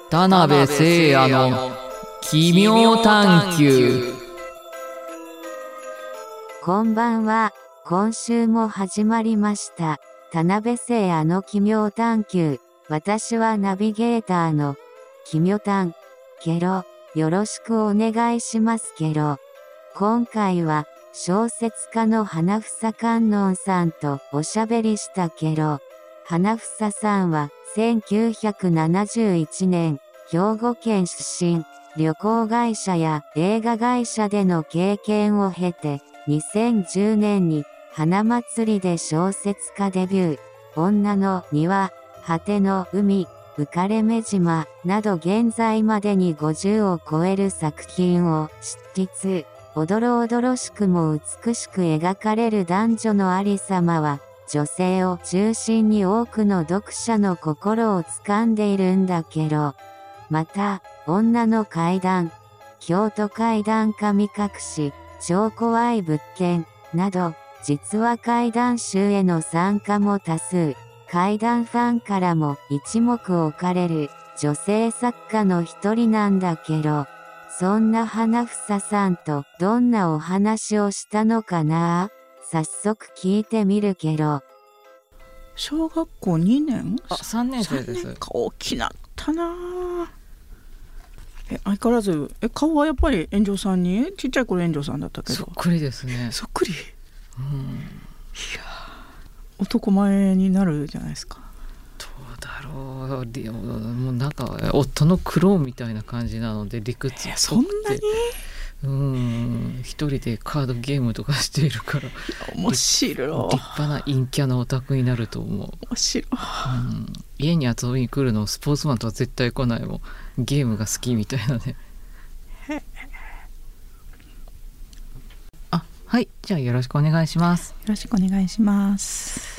田辺聖也の奇妙探求。 こんばんは。今週も始まりました。田辺聖也の奇妙探求。私はナビゲーターの奇妙探ケロ。よろしくお願いしますケロ。今回は小説家の花房観音さんとおしゃべりしたケロ。花房さんは1971年、兵庫県出身、旅行会社や映画会社での経験を経て、2010年に花祭りで小説家デビュー、女の庭、果ての海、浮かれ目島など現在までに50を超える作品を執筆。おどろおどろしくも美しく描かれる男女のありさまは、女性を中心に多くの読者の心を掴んでいるんだけど。また、女の怪談、京都怪談神隠し、超怖い物件、など、実話怪談集への参加も多数。怪談ファンからも一目置かれる女性作家の一人なんだけど。そんな花房さんとどんなお話をしたのかな？早速聞いてみるけど。 小学校2年 3年生です。 3年か大きなったな。相変わらず顔はやっぱり炎上さんにちっちゃい頃炎上さんだったけどそっくりですね。 そっくり、いや男前になるじゃないですか。 どうだろう。でももうなんか夫の苦労みたいな感じなので理屈っぽくて、 そんなに一人でカードゲームとかしているから面白い。 立派な陰キャなオタクになると思う。 面白い、 家に遊びに来るのスポーツマンとは絶対来ないもん。ゲームが好きみたいなね。はい、じゃあよろしくお願いします。 よろしくお願いします。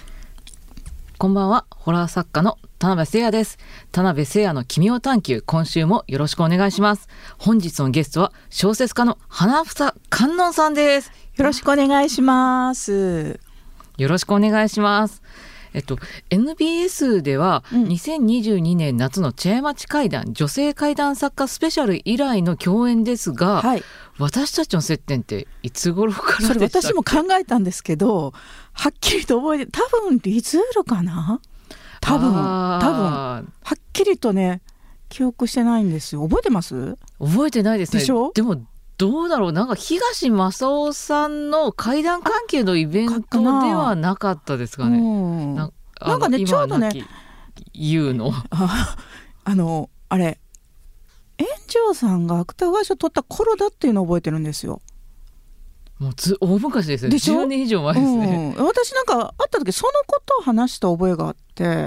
こんばんは。ホラー作家の田辺聖也です。田辺聖也の奇妙探求、今週もよろしくお願いします。本日のゲストは小説家の花房観音さんです。 よろしくお願いします。 よろしくお願いします。NBS では2022年夏の茶屋町怪談、女性怪談作家スペシャル以来の共演ですが、はい、私たちの接点っていつ頃からでしたっけ？ それ私も考えたんですけど、はっきりと覚えて、多分リズールかな。多分はっきりとね記憶してないんですよ。覚えてます？ 覚えてないですね。 でしょ？ でもどうだろう、なんか東正夫さんの怪談関係のイベントではなかったですかね。 なんかね、ちょうどね言うのあれ炎上さんが芥川賞取った頃だっていうのを覚えてるんですよ。 もう大昔ですね。10年以上前ですね、 私なんか会った時そのことを話した覚えがあって、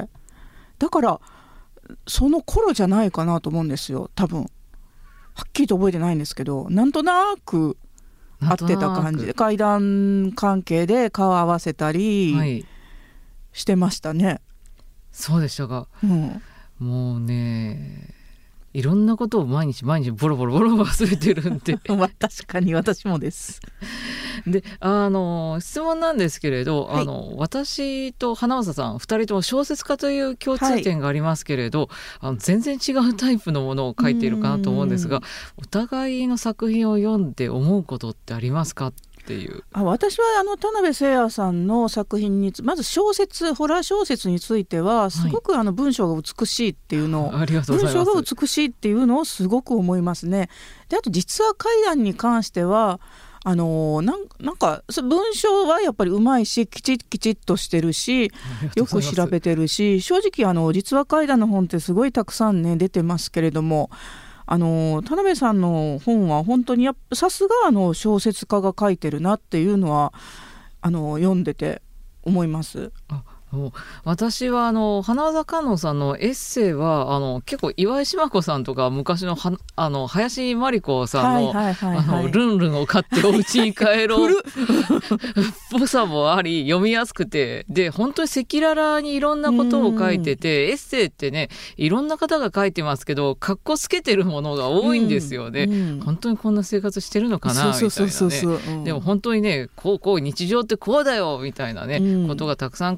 だからその頃じゃないかなと思うんですよ。多分はっきりと覚えてないんですけど、なんとなく会ってた感じで怪談関係で顔を合わせたりしてましたね、 そうでしたか、もうねいろんなことを毎日ボロボロ忘れてるんで確かに私もです。 で質問なんですけれど、私と花房さん2人とも小説家という共通点がありますけれど、全然違うタイプのものを書いているかなと思うんですが、お互いの作品を読んで思うことってありますかっていう。 私は田辺聖也さんの作品にまずホラー小説についてはすごく文章が美しいっていうのを、 ありがとうございます。 文章が美しいっていうのをすごく思いますね。であと実は怪談に関してはなんか文章はやっぱりうまいしきちっとしてるしよく調べてるし、正直実話怪談の本ってすごいたくさんね出てますけれども、田辺さんの本は本当にさすが小説家が書いてるなっていうのは読んでて思います。 私は花房観音さんのエッセイは結構岩井島子さんとか昔の林真理子さんのルンルンを買ってお家に帰ろうっぽさもあり読みやすくて、で本当に赤裸々にいろんなことを書いてて、エッセイってねいろんな方が書いてますけどかっこつけてるものが多いんですよね、本当にこんな生活してるのかなみたいなね。でも本当にねこう日常ってこうだよみたいなね、ことがたくさん書いてあり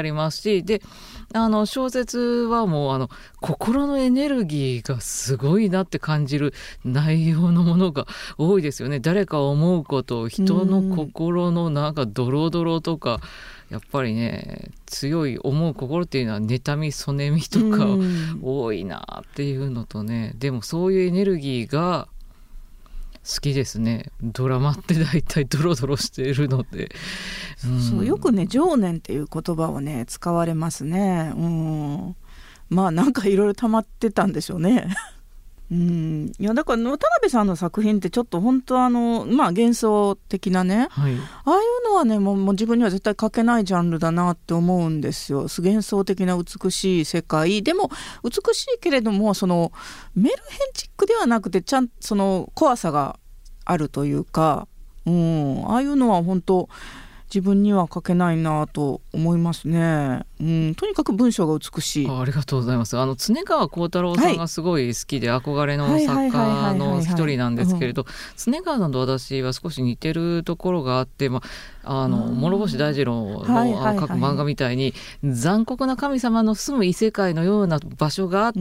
りますし、で小説はもう心のエネルギーがすごいなって感じる内容のものが多いですよね。誰かを思うこと、人の心のなんかドロドロとか、やっぱりね、強い思う心っていうのは妬みそねみとか多いなっていうのとね、でもそういうエネルギーが好きですね。ドラマって大体ドロドロしているので、 そうよくね情念っていう言葉をね使われますね。まあなんかいろいろ溜まってたんでしょうね。いやだから渡辺さんの作品ってちょっと本当幻想的なね、 はい、 ああいうのはねもう自分には絶対書けないジャンルだなって思うんですよ。幻想的な美しい世界でも美しいけれども、そのメルヘンチックではなくてちゃんとその怖さがあるというか、ああいうのは本当自分には書けないなと思いますね。とにかく文章が美しい。 ありがとうございます。常川幸太郎さんがすごい好きで憧れの作家の一人なんですけれど、常川さんと私は少し似てるところがあって、諸星大二郎の書く漫画みたいに残酷な神様の住む異世界のような場所があって、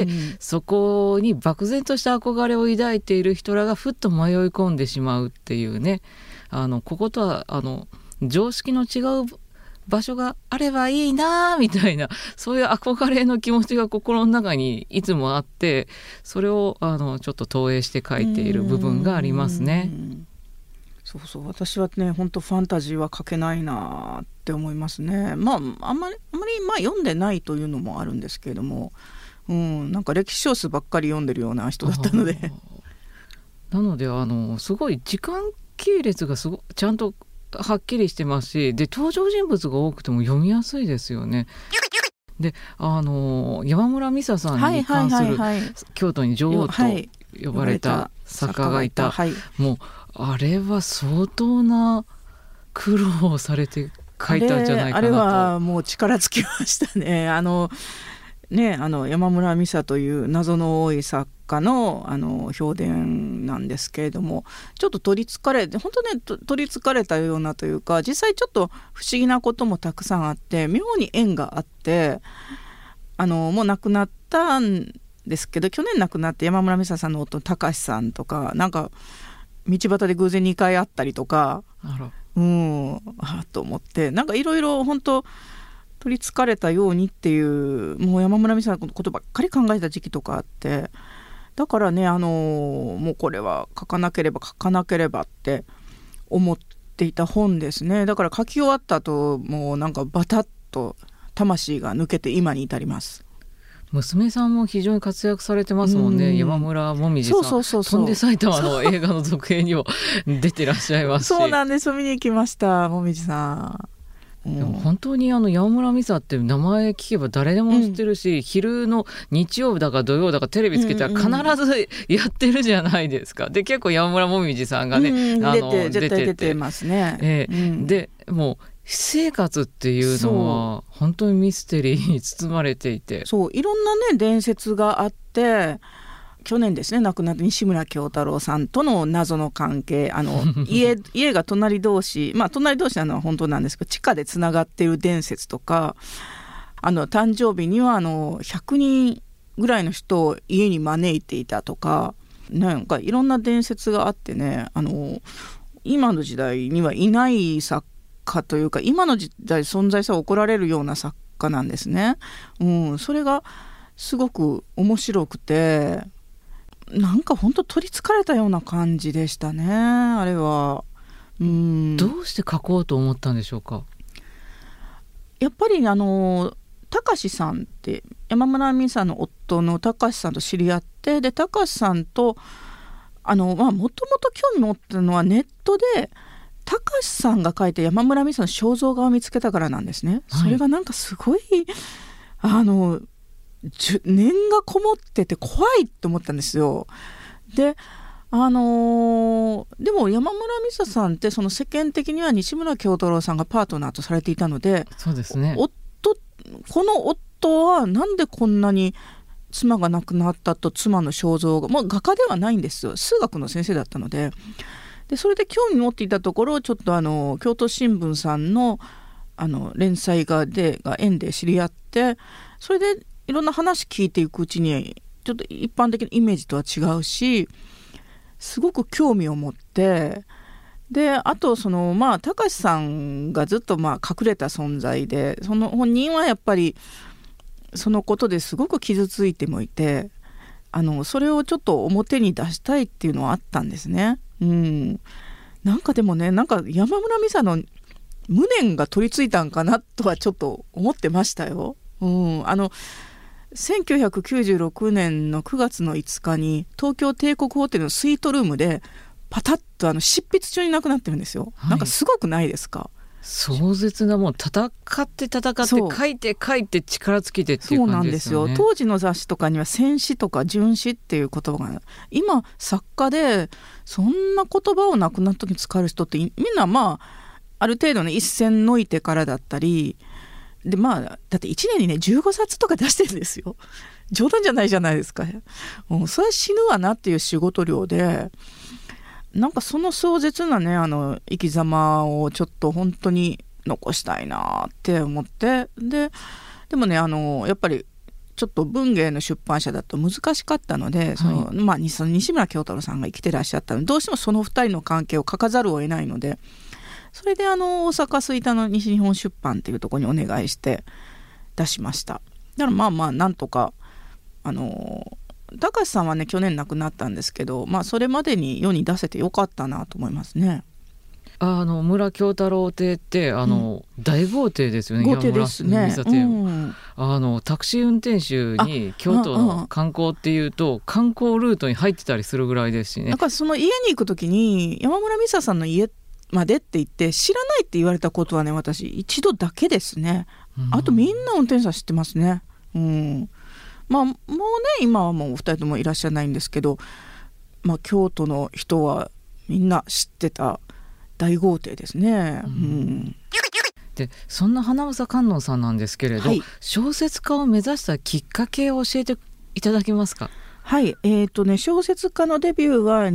そこに漠然とした憧れを抱いている人らがふっと迷い込んでしまうっていうね、こことは常識の違う場所があればいいなみたいな、そういう憧れの気持ちが心の中にいつもあって、それをちょっと投影して書いている部分がありますね。 そうそう、私はね本当ファンタジーは書けないなって思いますね。あんまり読んでないというのもあるんですけれども、なんか歴史小説ばっかり読んでるような人だったのでなのですごい時間系列がちゃんとはっきりしてますし、で登場人物が多くても読みやすいですよね。で山村美沙さんに関する京都に女王と呼ばれた作家がいた、もうあれは相当な苦労をされて書いたんじゃないかなと。 あれはもう力尽きましたね。山村美沙という謎の多い作家の評伝なんですけれども、ちょっと取りつかれて、本当ね取りつかれたようなというか、実際ちょっと不思議なこともたくさんあって、妙に縁があって、もう亡くなったんですけど、去年亡くなって山村美沙さんの夫隆さんとか、なんか道端で偶然2回会ったりとか、と思って、なんかいろいろ本当取りつかれたようにっていう、もう山村美沙のことばっかり考えた時期とかあって、だからねもうこれは書かなければって思っていた本ですね。だから書き終わった後もうなんかバタッと魂が抜けて今に至ります。 娘さんも非常に活躍されてますもんね。山村もみじさん、飛んで埼玉の映画の続編にも出てらっしゃいますし。 そうなんです、見に行きました、もみじさん。 でも本当に山村美沙って名前聞けば誰でも知ってるし、昼の日曜日だか土曜だかテレビつけたら必ずやってるじゃないですか。で結構山村もみじさんがね、 絶対出てますね。 でもう私生活っていうのは本当にミステリーに包まれていて、 そういろんなね伝説があって、去年ですね亡くなった西村京太郎さんとの謎の関係、家が隣同士、隣同士なのは本当なんですけど、地下でつながっている伝説とか、誕生日には100人ぐらいの人を家に招いていたとか、なんかいろんな伝説があってね、今の時代にはいない作家というか、今の時代存在さえ怒られるような作家なんですね。それがすごく面白くて、なんか本当取りつかれたような感じでしたね、あれは。 どうして書こうと思ったんでしょうか。 やっぱり隆さんって山村美沙の夫の隆さんと知り合って、で隆さんともともと興味持ったのはネットで隆さんが書いた山村美沙の肖像画を見つけたからなんですね。それがなんかすごい念がこもってて怖いって思ったんですよ。ででも山村美沙さんってその世間的には西村京太郎さんがパートナーとされていたので、 そうですね、 この夫はなんでこんなに妻が亡くなったと妻の肖像画、画家ではないんですよ、数学の先生だったので、それで興味持っていたところ、ちょっと京都新聞さんの連載が縁で知り合って、それでいろんな話聞いていくうちにちょっと一般的なイメージとは違うし、すごく興味を持って、であと貴司さんがずっと隠れた存在で、その本人はやっぱりそのことですごく傷ついてもいて、それをちょっと表に出したいっていうのはあったんですね。なんかでもね、なんか山村美沙の無念が取り付いたんかなとはちょっと思ってましたよ。1996年の9月の5日に東京帝国ホテルのスイートルームでパタッと執筆中に亡くなってるんですよ。なんかすごくないですか？ 壮絶な、もう戦って書いて力尽きてっていう感じですよね。 そうなんですよ。当時の雑誌とかには戦死とか殉死っていう言葉が、今作家でそんな言葉を亡くなった時に使える人ってみんなある程度ね一線のいてからだったりで、だって1年にね15冊とか出してるんですよ。冗談じゃないじゃないですか。それは死ぬわなっていう仕事量で、なんかその壮絶なね生き様をちょっと本当に残したいなって思って、でもねやっぱりちょっと文芸の出版社だと難しかったので、その西村京太郎さんが生きてらっしゃったので、どうしてもその2人の関係を書かざるを得ないので、それで大阪吹田の西日本出版っていうところにお願いして出しました。だからなんとか貴司さんはね去年亡くなったんですけど、それまでに世に出せてよかったなと思いますね。 村京太郎邸って大豪邸ですよね。 豪邸ですね。 タクシー運転手に京都の観光っていうと観光ルートに入ってたりするぐらいですしね。 だからその家に行くときに山村美沙さんの家までって言って知らないって言われたことはね、私一度だけですね。あとみんな運転手さん知ってますね。もうね今はもうお二人ともいらっしゃらないんですけど、京都の人はみんな知ってた大豪邸ですね。 でそんな花房観音さんなんですけれど、小説家を目指したきっかけを教えていただけますか？ はい、小説家のデビューは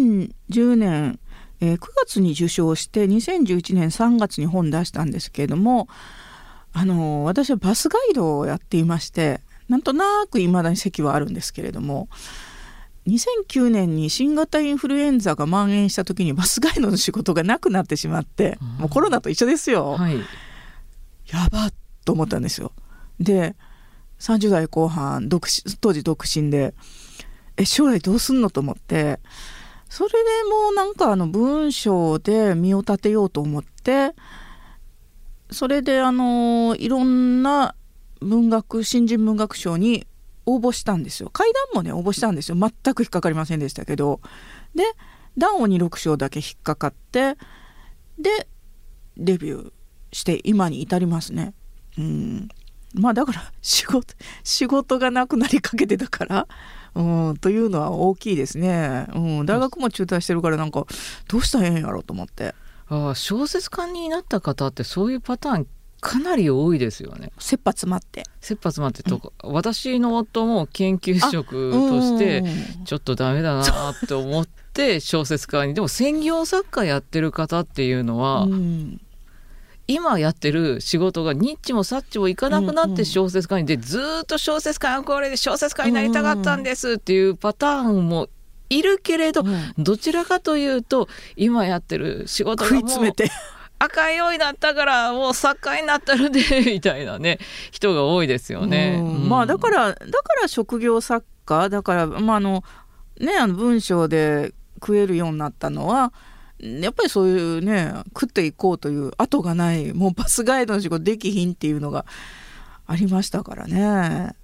2010年9月に受賞して、2011年3月に本出したんですけれども、私はバスガイドをやっていまして、なんとなく未だに席はあるんですけれども、2009年に新型インフルエンザが蔓延した時にバスガイドの仕事がなくなってしまって、もうコロナと一緒ですよ。やばっと思ったんですよ。で30代後半当時独身で将来どうすんのと思って、それでもうなんか文章で身を立てようと思って、それでいろんな新人文学賞に応募したんですよ。怪談もね応募したんですよ。全く引っかかりませんでしたけど、で談を2、6賞だけ引っかかって、でデビューして今に至りますね。だから仕事がなくなりかけてたからというのは大きいですね。大学も中退してるから、なんかどうしたらええんやろうと思って。 小説家になった方ってそういうパターンかなり多いですよね。 切羽詰まってとか、私の夫も研究職としてちょっとダメだなって思って小説家に。でも専業作家やってる方っていうのは、今やってる仕事がニッチもサッチもいかなくなって小説家にで、ずっと小説家これで小説家になりたかったんですっていうパターンもいるけれど、どちらかというと今やってる仕事がもう食い詰めて赤いようになったからもう作家になったるでみたいなね人が多いですよね。 だから職業作家だから、文章で食えるようになったのはやっぱりそういうね食っていこうという後がない、もうバスガイドの仕事できひんっていうのがありましたからね。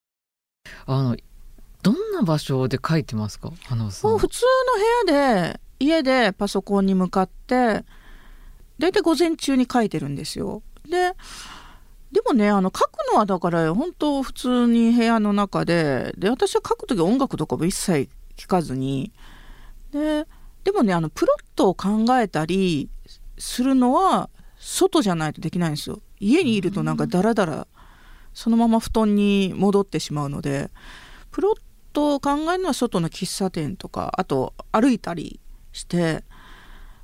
どんな場所で書いてますか、花さん？ もう普通の部屋で家でパソコンに向かってだいたい午前中に書いてるんですよ。でもね書くのはだから本当普通に部屋の中で私は書くとき音楽とかも一切聞かずに、でもねプロットを考えたりするのは外じゃないとできないんですよ。家にいるとなんかダラダラそのまま布団に戻ってしまうので、プロットを考えるのは外の喫茶店とか、あと歩いたりして、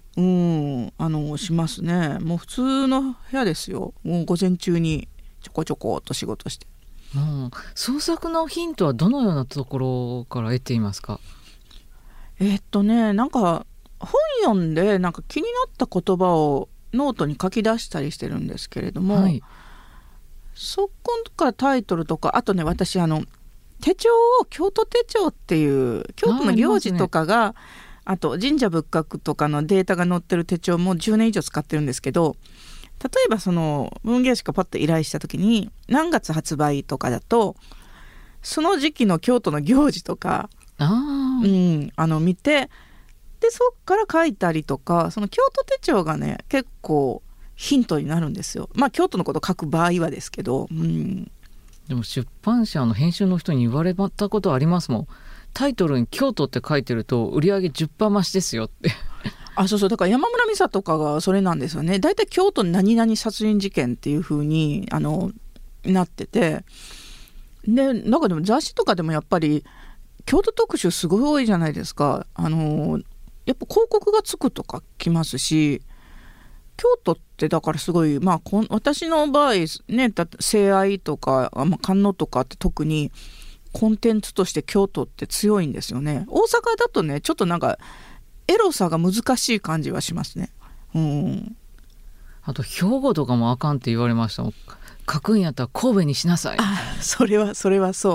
しますね。もう普通の部屋ですよ。もう午前中にちょこちょこっと仕事して、 創作のヒントはどのようなところから得ていますか？ なんか本読んでなんか気になった言葉をノートに書き出したりしてるんですけれども、そことかタイトルとか、あとね、私手帳を京都手帳っていう京都の行事とかが あと神社仏閣とかのデータが載ってる手帳も10年以上使ってるんですけど、例えばその文芸誌がパッと依頼した時に何月発売とかだとその時期の京都の行事とか見て、でそっから書いたりとか、その京都手帳がね結構ヒントになるんですよ。京都のこと書く場合はですけど、 でも出版社の編集の人に言われたことありますもん。タイトルに京都って書いてると売り上げ 10% 増しですよってそうだから山村美沙とかがそれなんですよね。だいたい京都何々殺人事件っていう風になってて、でなんかでも雑誌とかでもやっぱり京都特集すごい多いじゃないですか。やっぱ広告がつくとか来ますし、京都ってだからすごい、私の場合ね、聖愛とか観音とかって特にコンテンツとして京都って強いんですよね。大阪だとねちょっとなんかエロさが難しい感じはしますね。 あと兵庫とかもあかんって言われました。書くんやったら神戸にしなさい。 それはそう、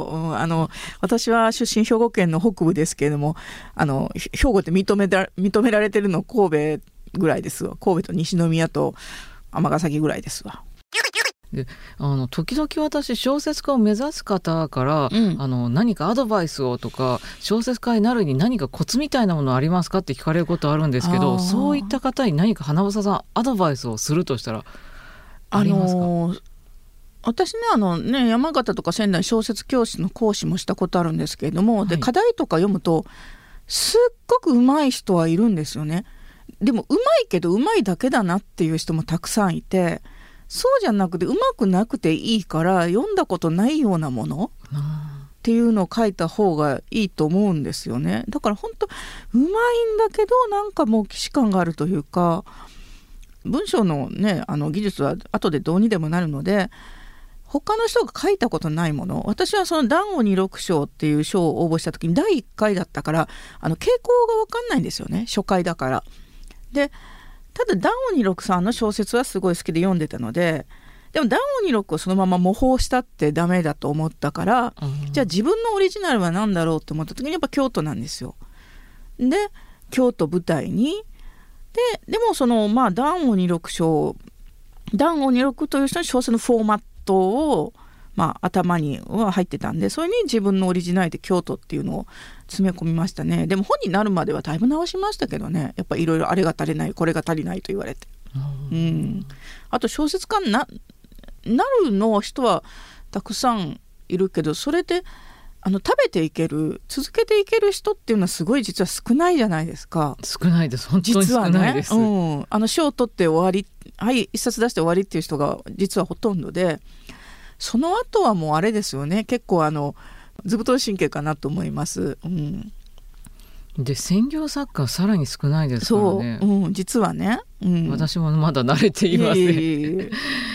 私は出身兵庫県の北部ですけれども、兵庫って認められてるの神戸ぐらいですわ。神戸と西宮と尼崎ぐらいですわ。 で時々私小説家を目指す方から、何かアドバイスをとか、小説家になるに何かコツみたいなものありますかって聞かれることあるんですけど、そういった方に何か花房さんアドバイスをするとしたらありますか？ 私ね山形とか仙台小説教室の講師もしたことあるんですけれども、で課題とか読むとすっごく上手い人はいるんですよね。でも上手いけど上手いだけだなっていう人もたくさんいて、そうじゃなくて上手くなくていいから読んだことないようなものっていうのを書いた方がいいと思うんですよね。だから本当上手いんだけどなんかもう既視感があるというか、文章のね技術は後でどうにでもなるので、他の人が書いたことないもの、私はその談語二六賞っていう賞を応募した時に第1回だったから傾向が分かんないんですよね、初回だから。でただ談語二六さんの小説はすごい好きで読んでたので、でも談語二六をそのまま模倣したってダメだと思ったから、じゃあ自分のオリジナルは何だろうと思った時にやっぱ京都なんですよ。で京都舞台にでもその談語二六賞、談語二六という人の小説のフォーマットを頭には入ってたんで、それに自分のオリジナルで京都っていうのを詰め込みましたね。でも本になるまではだいぶ直しましたけどね、やっぱいろいろあれが足りないこれが足りないと言われて、あと小説家に なるの人はたくさんいるけど、それで食べていける続けていける人っていうのはすごい実は少ないじゃないですか。 少ないです、本当に少ないです。 賞を取って終わり、一冊出して終わりっていう人が実はほとんどで、その後はもうあれですよね、結構図太神経かなと思います。 で専業作家はさらに少ないですからね。 そう、実はね、 私もまだ慣れていません。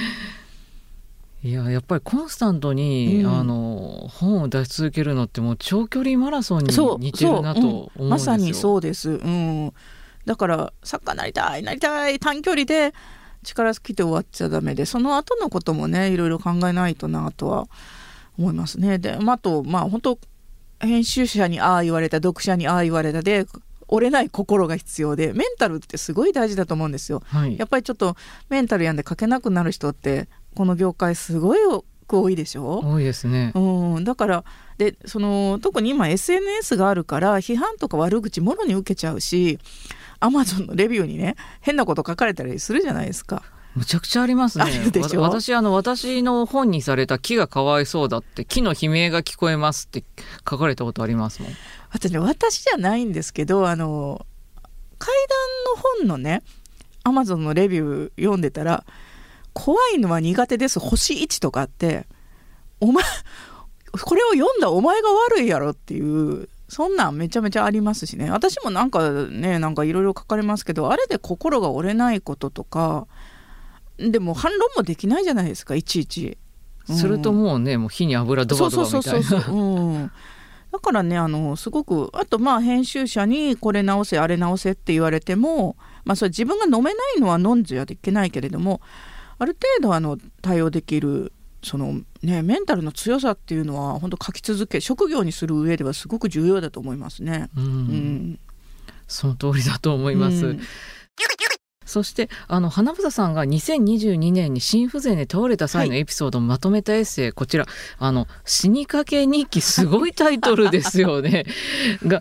やっぱりコンスタントに、本を出し続けるのってもう長距離マラソンに似てるなと思うんですよ。 まさにそうです。だから作家なりたい短距離で力尽きて終わっちゃダメで、その後のこともねいろいろ考えないとなとは思いますね。であと本当編集者にああ言われた、読者にああ言われたで折れない心が必要で、メンタルってすごい大事だと思うんですよ。やっぱりちょっとメンタル病んで書けなくなる人ってこの業界すごい多いでしょ。 多いですね。 だからで特に今 SNS があるから批判とか悪口もろに受けちゃうし、アマゾンのレビューにね変なこと書かれたりするじゃないですか。 むちゃくちゃありますね。私の本にされた木がかわいそうだって木の悲鳴が聞こえますって書かれたことありますもん。 私じゃないんですけど怪談の本のねアマゾンのレビュー読んでたら、怖いのは苦手です星1とかあって、お前これを読んだお前が悪いやろっていうそんなんめちゃめちゃありますしね。私もなんかいろいろ書かれますけど、あれで心が折れないこととかでも反論もできないじゃないですか、いちいち。 するともうね、もう火に油ドバドバみたいな。 だからね、すごく、あと編集者にこれ直せあれ直せって言われても、それ自分が飲めないのは飲んじゃいけないけれども、ある程度対応できるメンタルの強さっていうのは本当書き続け、職業にする上ではすごく重要だと思いますね。 その通りだと思います。そして花房さんが2022年に心不全で倒れた際のエピソードをまとめたエッセイ、こちら死にかけ日記、すごいタイトルですよねが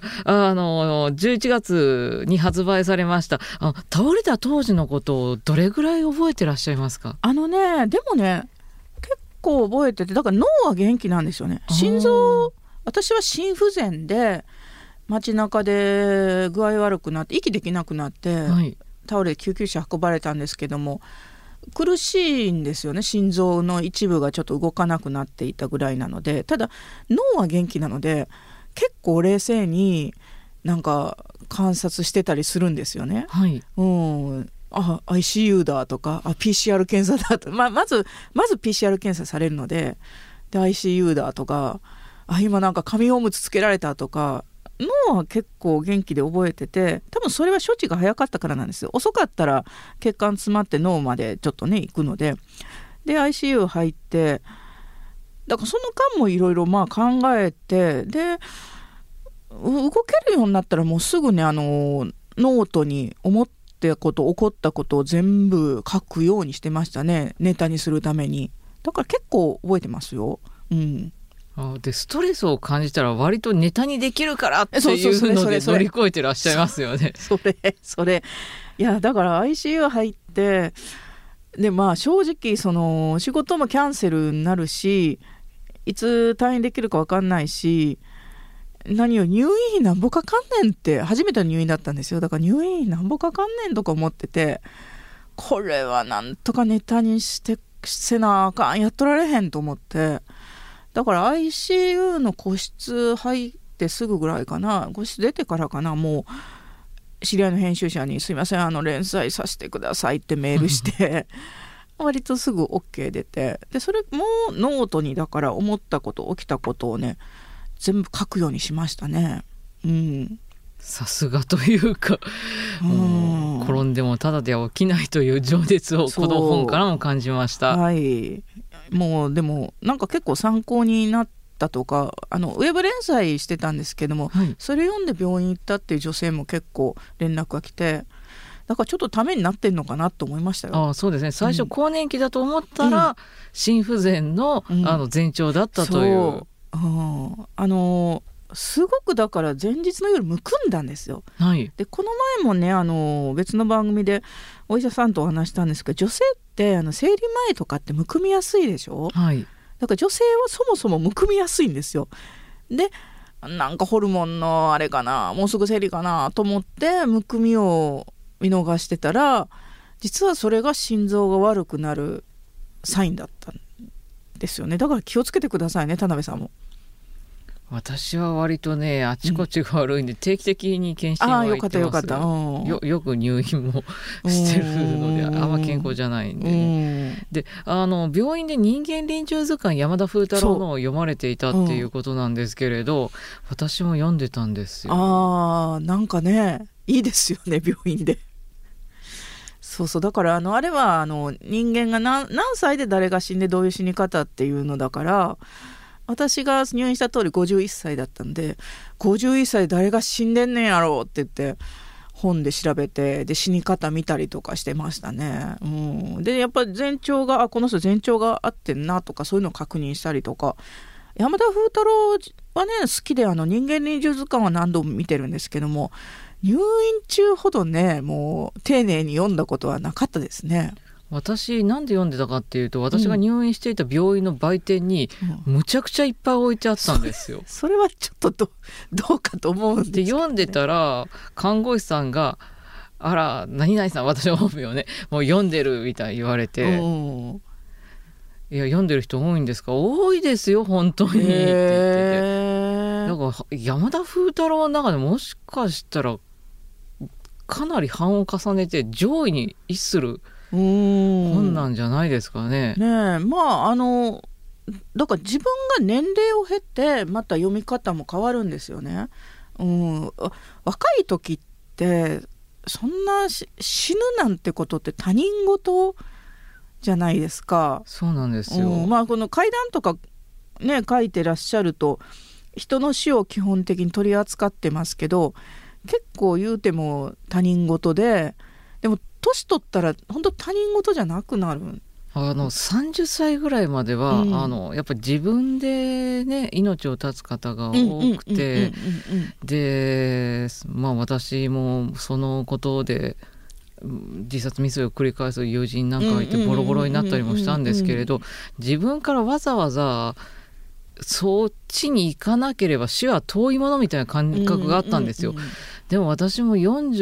11月に発売されました。倒れた当時のことをどれぐらい覚えてらっしゃいますか？ でもね、結構覚えてて、だから脳は元気なんですよね。心臓、私は心不全で街中で具合悪くなって息できなくなって、倒れ救急車運ばれたんですけども、苦しいんですよね。心臓の一部がちょっと動かなくなっていたぐらいなので、ただ脳は元気なので結構冷静になんか観察してたりするんですよね。ICU だとかPCR 検査だと、まず PCR 検査されるので、ICU だとか今なんか紙おむつつけられたとか、脳は結構元気で覚えてて、多分それは処置が早かったからなんですよ。遅かったら血管詰まって脳までちょっとね行くので、ICU 入って、だからその間もいろいろ考えて、で動けるようになったらもうすぐねノートに思ったこと起こったことを全部書くようにしてましたね、ネタにするために。だから結構覚えてますよ。 でストレスを感じたら割とネタにできるからっていうので乗り越えてらっしゃいますよね。 それいや、だから ICU 入ってで、正直仕事もキャンセルになるし、いつ退院できるか分かんないし、何よ入院費なんぼかかんねんって、初めての入院だったんですよ。だから入院費なんぼかかんねんとか思ってて、これはなんとかネタにせなあかん、やっとられへんと思って、だから ICU の個室入ってすぐぐらいかな、個室出てからかな、もう知り合いの編集者にすいません連載させてくださいってメールして割とすぐ OK 出て、でそれもノートにだから思ったこと起きたことをね全部書くようにしましたね。 さすがというか、転んでもただでは起きないという情熱をこの本からも感じました。 もうでもなんか結構参考になったとか、ウェブ連載してたんですけども、それ読んで病院行ったっていう女性も結構連絡が来て、だからちょっとためになってんのかなと思いましたよ。 そうですね、最初更年期だと思ったら、心不全の、前兆だったという。 すごくだから前日の夜むくんだんですよ。でこの前もね別の番組でお医者さんとお話したんですけど、女性って生理前とかってむくみやすいでしょ。だから女性はそもそもむくみやすいんですよ。でなんかホルモンのあれかな、もうすぐ生理かなと思ってむくみを見逃してたら、実はそれが心臓が悪くなるサインだったんですよね。だから気をつけてくださいね、田辺さんも。 私は割とねあちこちが悪いんで、定期的に検診は行ってます。 よかった。 よく入院もしてるのであんま健康じゃないんでね。で病院で人間臨終図鑑山田風太郎のを読まれていたっていうことなんですけれど、私も読んでたんですよ。 なんかねいいですよね、病院で。だからあれは人間が何歳で誰が死んでどういう死に方っていうのだから、私が入院した通り51歳だったんで、51歳誰が死んでんねんやろうって言って本で調べて、で死に方見たりとかしてましたね。でやっぱり前兆がこの人前兆があってんなとか、そういうのを確認したりとか。山田風太郎はね好きで人間臨終図鑑は何度も見てるんですけども、入院中ほどねもう丁寧に読んだことはなかったですね。 私なんで読んでたかっていうと、私が入院していた病院の売店にむちゃくちゃいっぱい置いてあったんですよ。 それはちょっと どうかと思うんですけどね。 で読んでたら看護師さんが「あら何々さん私の本名をねもう読んでる」みたいに言われて「いや読んでる人多いんですか？」「多いですよ本当に」って言ってて、だから山田風太郎の中でもしかしたらかなり版を重ねて上位に位置する本なんじゃないですかね。 ねえ、まあだから自分が年齢を経てまた読み方も変わるんですよね。若い時ってそんな死ぬなんてことって他人事じゃないですか。 そうなんですよ。 まあこの怪談とかね書いてらっしゃると人の死を基本的に取り扱ってますけど、結構言うても他人事で、でも年取ったら本当他人事じゃなくなる。 30歳ぐらいまでは、やっぱり自分でね命を絶つ方が多くて、でまあ私もそのことで自殺未遂を繰り返す友人なんかがいてボロボロになったりもしたんですけれど、自分からわざわざそっちに行かなければ死は遠いものみたいな感覚があったんですよ。でも私も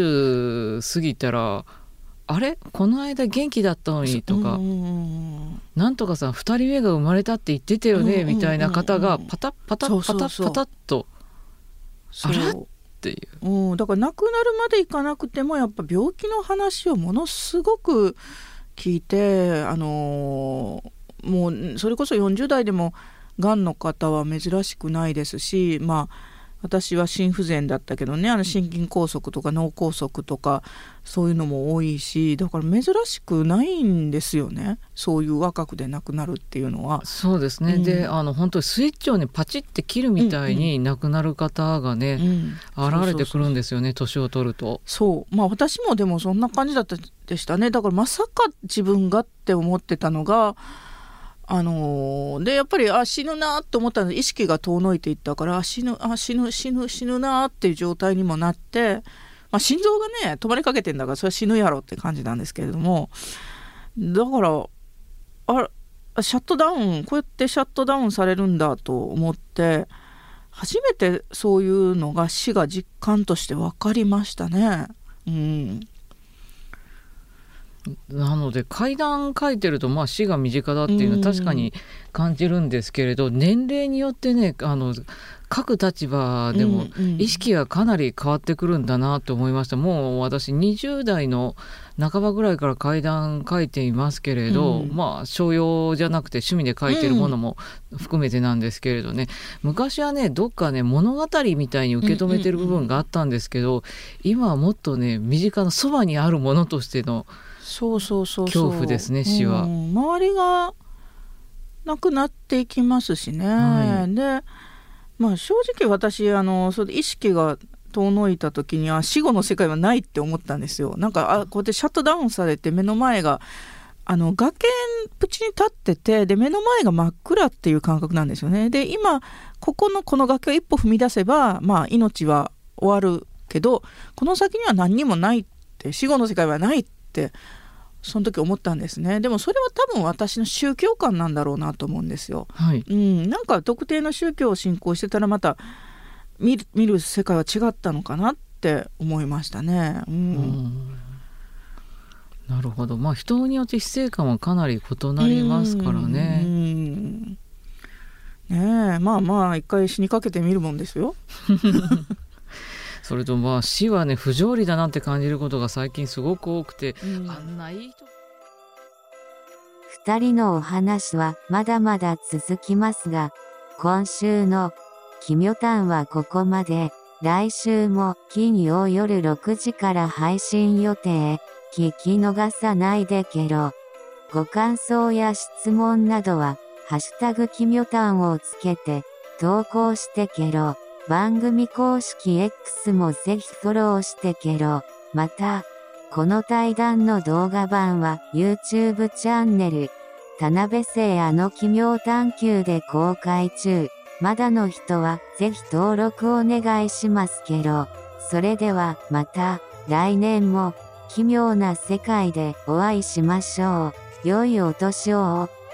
40過ぎたら、あれこの間元気だったのにとか、なんとかさん2人目が生まれたって言ってたよねみたいな方がパタッパタッパタッパタッとあらっていう、 だから亡くなるまでいかなくてもやっぱ病気の話をものすごく聞いて、もうそれこそ40代でもがんの方は珍しくないですし、まあ私は心不全だったけどね、心筋梗塞とか脳梗塞とかそういうのも多いし、だから珍しくないんですよね、そういう若くで亡くなるっていうのは。 そうですね、で本当にスイッチをねパチって切るみたいに亡くなる方がね、現れてくるんですよね、年を取ると。 そう私もでもそんな感じだったでしたね。だからまさか自分がって思ってたのが、でやっぱり死ぬなと思ったので意識が遠のいていったから、死ぬなっていう状態にもなって、心臓がね止まりかけてんだからそれは死ぬやろって感じなんですけれども、だからシャットダウン、こうやってシャットダウンされるんだと思って初めてそういうのが死が実感として分かりましたね。 なので怪談書いてると死が身近だっていうのは確かに感じるんですけれど、年齢によってね書く立場でも意識がかなり変わってくるんだなと思いました。もう私20代の半ばぐらいから怪談書いていますけれど、商用じゃなくて趣味で書いてるものも含めてなんですけれどね、昔はねどっかね物語みたいに受け止めてる部分があったんですけど、今はもっとね身近なそばにあるものとしての恐怖ですね、死は。 周りがなくなっていきますしね、で正直私それで意識が遠のいた時には死後の世界はないって思ったんですよ。なんかこうやってシャットダウンされて目の前が崖っぷちに立ってて、で目の前が真っ暗っていう感覚なんですよね。で今この崖を一歩踏み出せば命は終わるけど、この先には何にもないって、死後の世界はないってその時思ったんですね。でもそれは多分私の宗教観なんだろうなと思うんですよ。なんか特定の宗教を信仰してたらまた見る世界は違ったのかなって思いましたね。 なるほど。人によって死生観はかなり異なりますからね。 ねえ、一回死にかけてみるもんですよ。 それと死はね不条理だなって感じることが最近すごく多くて、あんないい人。 2人のお話はまだまだ続きますが、今週の奇妙談はここまで。来週も金曜夜6時から配信予定。聞き逃さないでけろ。ご感想や質問などはハッシュタグ奇妙談をつけて投稿してけろ。番組公式 X もぜひフォローしてけろ。また、この対談の動画版は YouTube チャンネル、田辺聖奇妙探求で公開中。まだの人はぜひ登録お願いしますけろ。それではまた来年も奇妙な世界でお会いしましょう。良いお年を。